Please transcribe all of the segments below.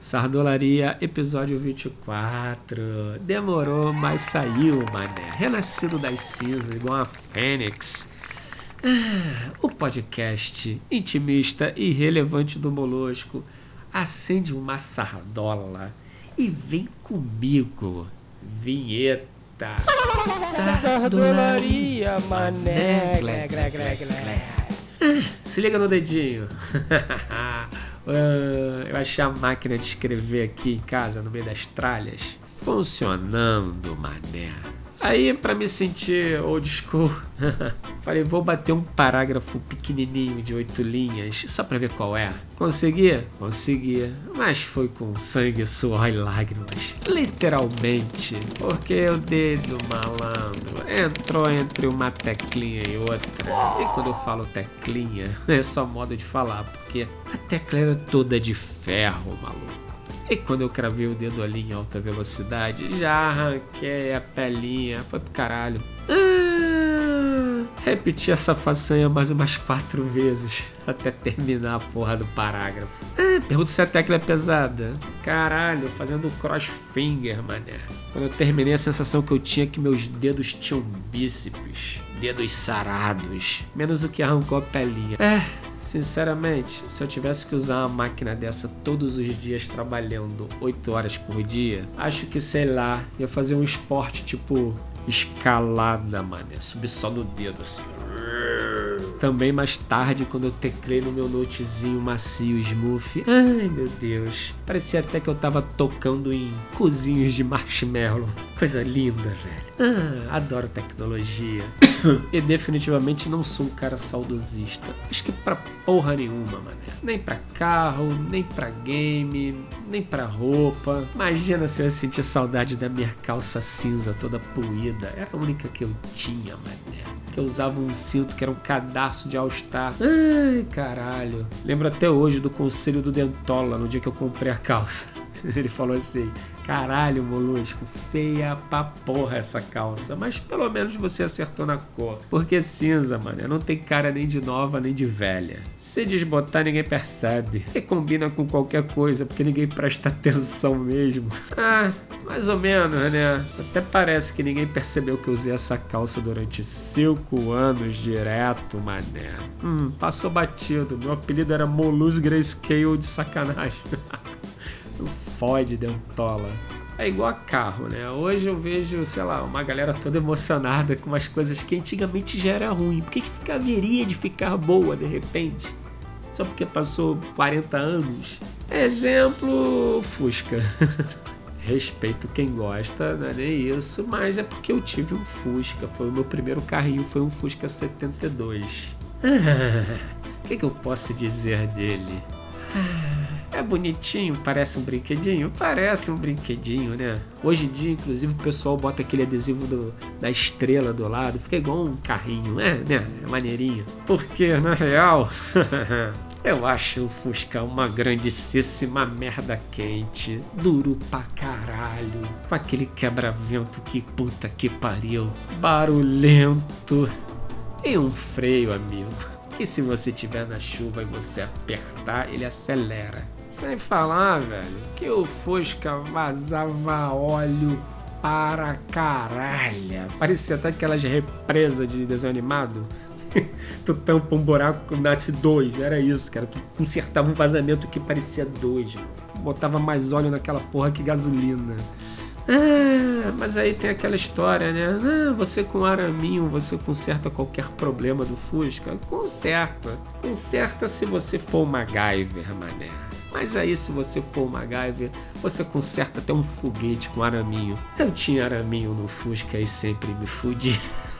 Sardolaria, episódio 24. Demorou, mas saiu, mané. Renascido das cinzas, igual a Fênix. O podcast intimista e irrelevante do Molusco acende uma sardola e vem comigo. Vinheta. Sardolaria, mané. Se liga no dedinho. Eu achei a máquina de escrever aqui em casa, no meio das tralhas, funcionando, mané. Aí, pra me sentir old school, falei, vou bater um parágrafo pequenininho de 8 linhas, só pra ver qual é. Consegui? Consegui. Mas foi com sangue, suor e lágrimas. Literalmente. Porque o dedo malandro entrou entre uma teclinha e outra. E quando eu falo teclinha, é só modo de falar, porque a tecla era toda de ferro, maluco. E quando eu cravei o dedo ali em alta velocidade, já arranquei a pelinha, foi pro caralho. Repeti essa façanha mais umas 4 vezes, até terminar a porra do parágrafo. Pergunto se a tecla é pesada. Caralho, fazendo crossfinger, mané. Quando eu terminei, a sensação que eu tinha é que meus dedos tinham bíceps, dedos sarados, menos o que arrancou a pelinha. Sinceramente, se eu tivesse que usar uma máquina dessa todos os dias trabalhando 8 horas por dia, acho que, sei lá, ia fazer um esporte tipo escalada, mané. Subir só no dedo assim. Também mais tarde, quando eu teclei no meu notezinho macio smooth, ai meu Deus, parecia até que eu tava tocando em cozinhos de marshmallow. Coisa linda, velho. Adoro tecnologia. E definitivamente não sou um cara saudosista. Acho que pra porra nenhuma, mané. Nem pra carro, nem pra game, nem pra roupa. Imagina se eu ia sentir saudade da minha calça cinza toda poída. Era a única que eu tinha, mané. Que eu usava um cinto que era um cadarço de All-Star. Ai, caralho. Lembro até hoje do conselho do Dentola no dia que eu comprei a calça. Ele falou assim: caralho, Molusco, feia pra porra essa calça, mas pelo menos você acertou na cor. Porque cinza, mano, não tem cara nem de nova nem de velha. Se desbotar, ninguém percebe. E combina com qualquer coisa, porque ninguém presta atenção mesmo. Mais ou menos, né? Até parece que ninguém percebeu que eu usei essa calça durante 5 anos direto, mané. Passou batido. Meu apelido era Molus Grayscale de sacanagem. Fode, Dentola. É igual a carro, né? Hoje eu vejo, sei lá, uma galera toda emocionada com umas coisas que antigamente já era ruim. Por que haveria de ficar boa de repente? Só porque passou 40 anos? Exemplo, Fusca. Respeito quem gosta, não é nem isso, mas é porque eu tive um Fusca. Foi o meu primeiro carrinho, foi um Fusca 72. O que eu posso dizer dele? É bonitinho, parece um brinquedinho? Parece um brinquedinho, né? Hoje em dia, inclusive, o pessoal bota aquele adesivo da estrela do lado, fica igual um carrinho, né? É maneirinho. Porque, na real, eu acho o Fusca uma grandíssima merda quente, duro pra caralho, com aquele quebra-vento que puta que pariu, barulhento e um freio, amigo, que se você tiver na chuva e você apertar, ele acelera. Sem falar, velho, que o Fusca vazava óleo para caralho. Parecia até aquelas represas de desenho animado. Tu tampa um buraco, nasce 2. Era isso, cara. Tu consertava um vazamento que parecia 2. Botava mais óleo naquela porra que gasolina. Mas aí tem aquela história, né? Você com araminho, você conserta qualquer problema do Fusca? Conserta se você for o MacGyver, mané. Mas aí se você for o MacGyver, você conserta até um foguete com araminho. Eu tinha araminho no Fusca e sempre me fudi.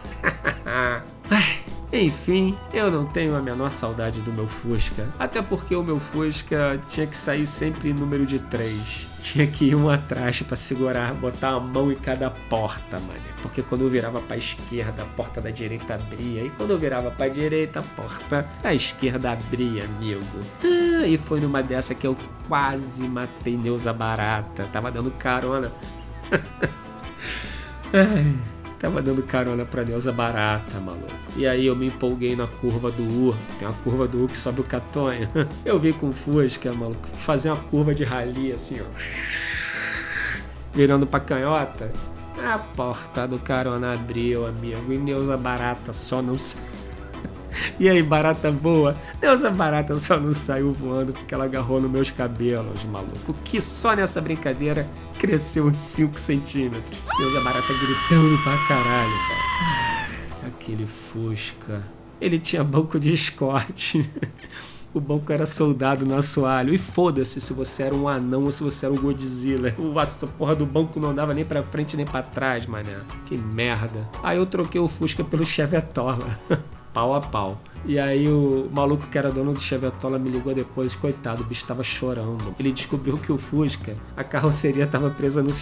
Enfim, eu não tenho a menor saudade do meu Fusca. Até porque o meu Fusca tinha que sair sempre em número de 3. Tinha que ir um atrás pra segurar, botar a mão em cada porta, mano. Porque quando eu virava pra esquerda, a porta da direita abria. E quando eu virava pra direita, a porta da esquerda abria, amigo. E foi numa dessa que eu quase matei Neuza Barata. Tava dando carona. Tava dando carona pra Neuza Barata, maluco. E aí eu me empolguei na curva do U. Tem uma curva do U que sobe o Catonha. Eu vi com o Fusca, maluco, fazer uma curva de rali assim, ó. Virando pra canhota. A porta do carona abriu, amigo. E Neuza Barata só não saiu. E aí, Barata voa? Neuza Barata só não saiu voando porque ela agarrou nos meus cabelos, maluco. Que só nessa brincadeira cresceu uns 5 centímetros. Neuza Barata gritando pra caralho, cara. Aquele Fusca. Ele tinha banco de Scott. O banco era soldado no assoalho. E foda-se se você era um anão ou se você era um Godzilla. A porra do banco não andava nem pra frente nem pra trás, mané. Que merda. Aí eu troquei o Fusca pelo Chevetola. Pau a pau. E aí o maluco que era dono do Chevetola me ligou depois. Coitado, o bicho tava chorando. Ele descobriu que o Fusca, a carroceria tava presa no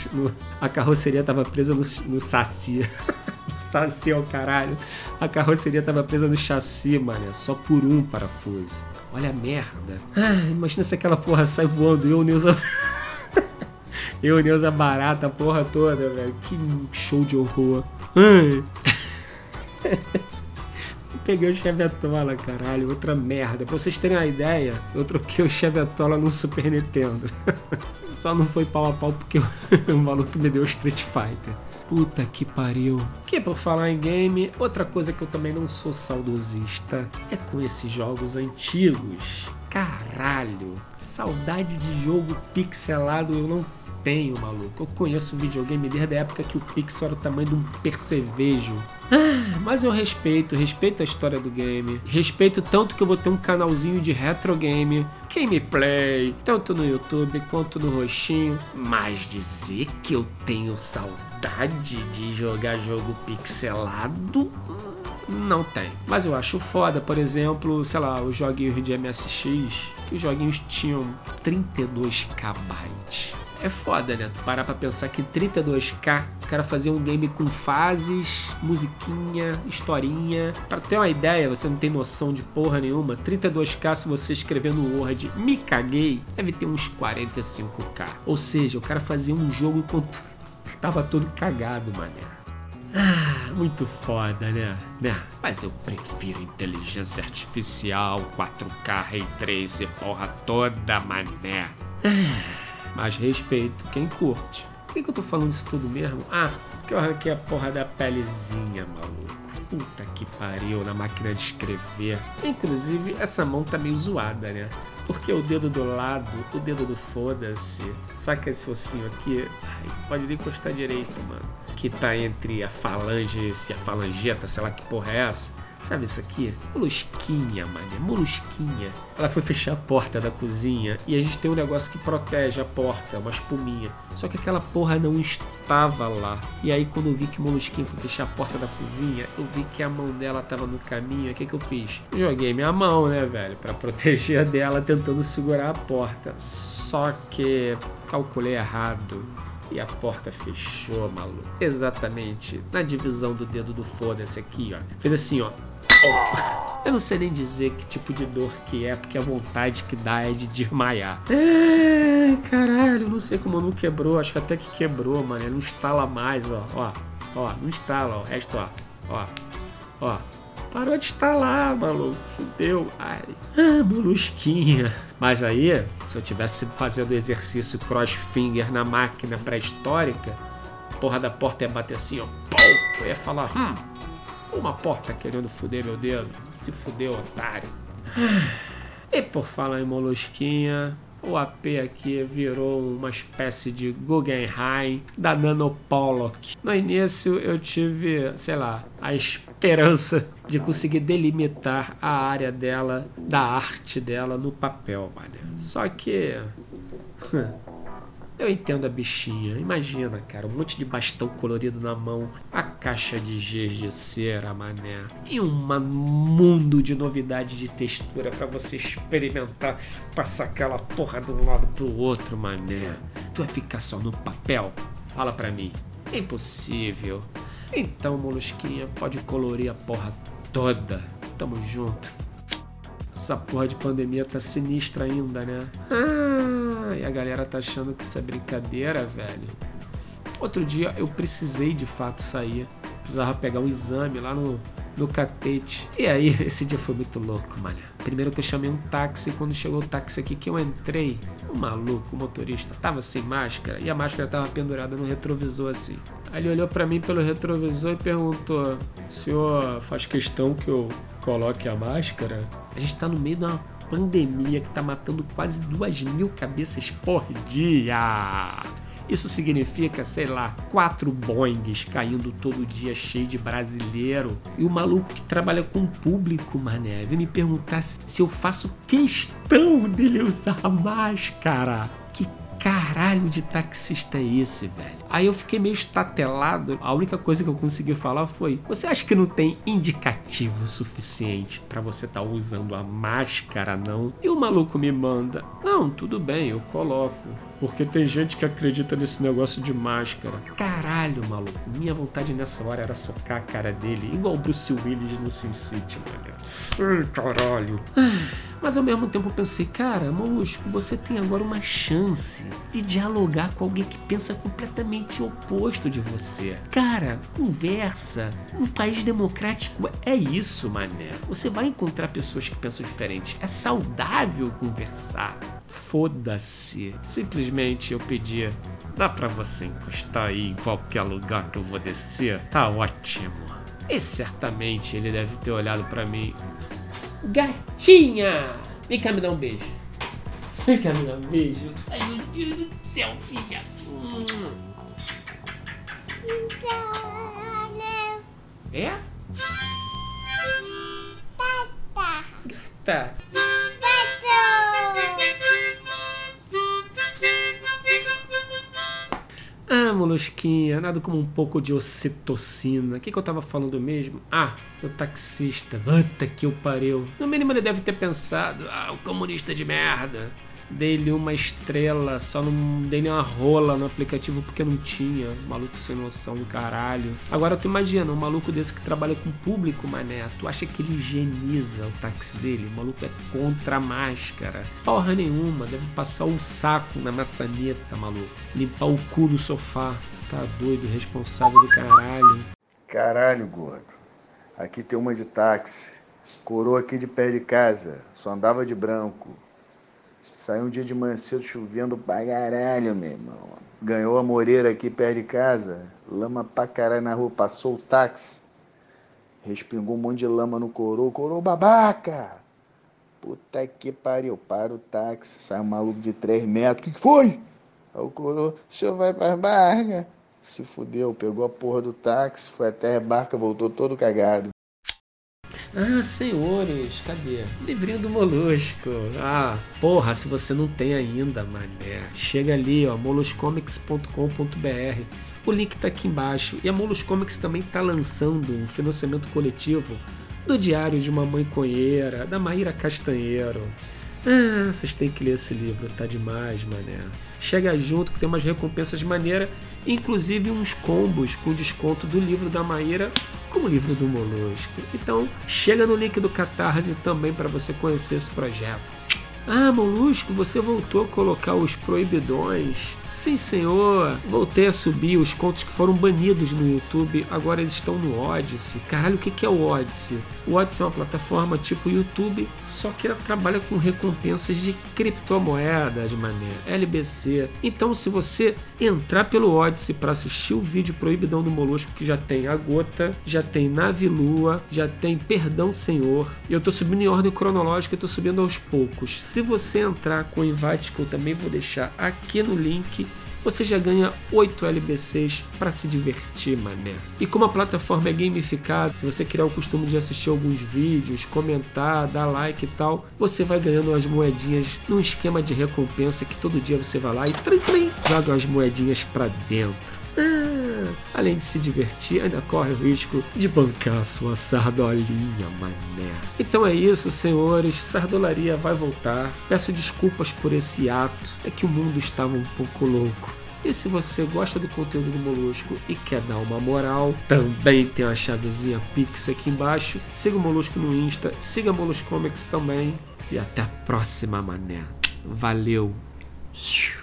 chassi. Saci é o caralho. A carroceria tava presa no chassi, mané. Só por um parafuso. Olha a merda. Imagina se aquela porra sai voando. Eu, Neuza Barata, a porra toda, velho. Que show de horror. Peguei o Chevetola, caralho. Outra merda. Pra vocês terem uma ideia, eu troquei o Chevetola no Super Nintendo. Só não foi pau a pau porque o maluco me deu o Street Fighter. Puta que pariu. Que por falar em game, outra coisa que eu também não sou saudosista é com esses jogos antigos. Caralho. Saudade de jogo pixelado eu não tenho, maluco. Eu conheço o videogame desde a época que o pixel era o tamanho de um percevejo. Mas eu respeito a história do game. Respeito tanto que eu vou ter um canalzinho de retro game, gameplay, tanto no YouTube quanto no Roxinho. Mas dizer que eu tenho saudade de jogar jogo pixelado, não tem. Mas eu acho foda, por exemplo, sei lá, os joguinhos de MSX, que os joguinhos tinham 32 KB. É foda, né? Tu parar pra pensar que 32K, o cara fazia um game com fases, musiquinha, historinha. Pra ter uma ideia, você não tem noção de porra nenhuma. 32K, se você escrever no Word, me caguei, deve ter uns 45K. Ou seja, o cara fazia um jogo com tava todo cagado, mané. Muito foda, né? Mas eu prefiro inteligência artificial, 4K, Ray Tracer, porra toda, mané. Mas respeito quem curte. Por que eu tô falando isso tudo mesmo? Porque eu arranquei a porra da pelezinha, maluco. Puta que pariu, na máquina de escrever. Inclusive, essa mão tá meio zoada, né? Porque o dedo do lado, o dedo do foda-se, saca esse ossinho aqui? Pode nem encostar direito, mano. Que tá entre a falange e a falangeta, sei lá que porra é essa. Sabe isso aqui? Molusquinha, mané, molusquinha. Ela foi fechar a porta da cozinha e a gente tem um negócio que protege a porta, uma espuminha. Só que aquela porra não estava lá. E aí quando eu vi que o molusquinho foi fechar a porta da cozinha, eu vi que a mão dela tava no caminho. O que eu fiz? Joguei minha mão, né, velho? Pra proteger dela, tentando segurar a porta. Só que calculei errado. E a porta fechou, maluco. Exatamente na divisão do dedo do foda-se aqui, ó. Fez assim, ó. Eu não sei nem dizer que tipo de dor que é, porque a vontade que dá é de desmaiar. Caralho, não sei como não quebrou. Acho que até que quebrou, mano. Não instala mais, ó. Não instala, ó. O resto, ó. Parou de instalar, maluco. Fudeu. Molusquinha. Mas aí, se eu tivesse fazendo exercício crossfinger na máquina pré-histórica, a porra da porta ia bater assim, ó. Eu ia falar, uma porta querendo fuder meu dedo. Se fudeu, otário. E por falar em molusquinha, o AP aqui virou uma espécie de Guggenheim da Nanopollock. No início eu tive, sei lá, a esperança de conseguir delimitar a área dela, da arte dela no papel, mané. Só que eu entendo a bichinha. Imagina, cara, um monte de bastão colorido na mão, a caixa de giz de cera, mané. E um mundo de novidade de textura pra você experimentar, passar aquela porra de um lado pro outro, mané. Tu vai ficar só no papel? Fala pra mim. É impossível. Então, molusquinha, pode colorir a porra toda. Tamo junto. Essa porra de pandemia tá sinistra ainda, né? E a galera tá achando que isso é brincadeira, velho. Outro dia eu precisei de fato sair. precisava pegar um exame lá no catete. E aí, esse dia foi muito louco, mano. Primeiro que eu chamei um táxi, quando chegou o táxi aqui que eu entrei, o maluco, o motorista, tava sem máscara e a máscara tava pendurada no retrovisor assim. Aí ele olhou pra mim pelo retrovisor e perguntou: o senhor faz questão que eu coloque a máscara? A gente tá no meio de uma pandemia que tá matando quase 2.000 cabeças por dia. Isso significa, sei lá, 4 Boeings caindo todo dia cheio de brasileiro. E o maluco que trabalha com o público, mané, veio me perguntar se eu faço questão dele usar a máscara. Que caralho de taxista é esse, velho? Aí eu fiquei meio estatelado. A única coisa que eu consegui falar foi: você acha que não tem indicativo suficiente pra você estar usando a máscara, não? E o maluco me manda: não, tudo bem, eu coloco. Porque tem gente que acredita nesse negócio de máscara. Caralho, maluco. Minha vontade nessa hora era socar a cara dele, igual o Bruce Willis no Sin City, mano. Ai, caralho. Mas ao mesmo tempo eu pensei: cara, Molusco, você tem agora uma chance de dialogar com alguém que pensa completamente oposto de você. Cara, conversa. Um país democrático é isso, mané. Você vai encontrar pessoas que pensam diferente. É saudável conversar. Foda-se. Simplesmente eu pedia: dá pra você encostar aí em qualquer lugar que eu vou descer? Tá ótimo. E certamente ele deve ter olhado pra mim: gatinha! Vem cá me dar um beijo. Vem cá me dar um beijo. Ai, meu Deus do céu, filha. É? Gata. Ah, Molusquinha, nada como um pouco de ocitocina. O que eu tava falando mesmo? Ah, o taxista. Puta que o pariu. No mínimo ele deve ter pensado: ah, o comunista de merda. Dei-lhe uma estrela, só não dei nem uma rola no aplicativo porque não tinha. Maluco sem noção do caralho. Agora tu imagina, um maluco desse que trabalha com público, mané. Tu acha que ele higieniza o táxi dele? O maluco é contra a máscara. Porra nenhuma, deve passar um saco na maçaneta, maluco. Limpar o cu no sofá. Tá doido, responsável do caralho. Caralho, gordo. Aqui tem uma de táxi. Coroa aqui de pé de casa. Só andava de branco. Saiu um dia de manhã cedo chovendo pra caralho, meu irmão. Ganhou a moreira aqui perto de casa. Lama pra caralho na rua. Passou o táxi. Respingou um monte de lama no coroa. Coroa babaca! Puta que pariu. Para o táxi. Sai um maluco de 3 metros. O que foi? Aí o coroa: o senhor vai pra barca? Se fudeu. Pegou a porra do táxi. Foi até a barca. Voltou todo cagado. Ah, senhores, cadê? Livrinho do Molusco. Ah, porra, se você não tem ainda, mané, chega ali, ó, moluscomics.com.br. O link tá aqui embaixo. E a Molus Comics também tá lançando um financiamento coletivo do Diário de uma Mãe Conheira, da Maíra Castanheiro. Ah, vocês têm que ler esse livro, tá demais, mané. Chega junto que tem umas recompensas maneiras, inclusive uns combos com desconto do livro da Maíra com o livro do Molusco. Então, chega no link do Catarse também para você conhecer esse projeto. Ah, Molusco, você voltou a colocar os proibidões? Sim, senhor. Voltei a subir os contos que foram banidos no YouTube. Agora eles estão no Odysee. Caralho, o que é o Odysee? O Odysee é uma plataforma tipo YouTube, só que ela trabalha com recompensas de criptomoedas, mané. LBC. Então, se você entrar pelo Odysee para assistir o vídeo Proibidão do Molusco, que já tem A Gota, já tem Nave Lua, já tem Perdão Senhor. Eu tô subindo em ordem cronológica, eu tô subindo aos poucos. Se você entrar com o invite que eu também vou deixar aqui no link, você já ganha 8 LBCs para se divertir, mané. E como a plataforma é gamificada, se você criar o costume de assistir alguns vídeos, comentar, dar like e tal, você vai ganhando as moedinhas num esquema de recompensa que todo dia você vai lá e joga as moedinhas para dentro. Além de se divertir, ainda corre o risco de bancar a sua sardolinha, mané. Então é isso, senhores. Sardolaria vai voltar. Peço desculpas por esse ato. É que o mundo estava um pouco louco. E se você gosta do conteúdo do Molusco e quer dar uma moral, também tem uma chavezinha Pix aqui embaixo. Siga o Molusco no Insta, siga a Molus Comics também. E até a próxima, mané. Valeu!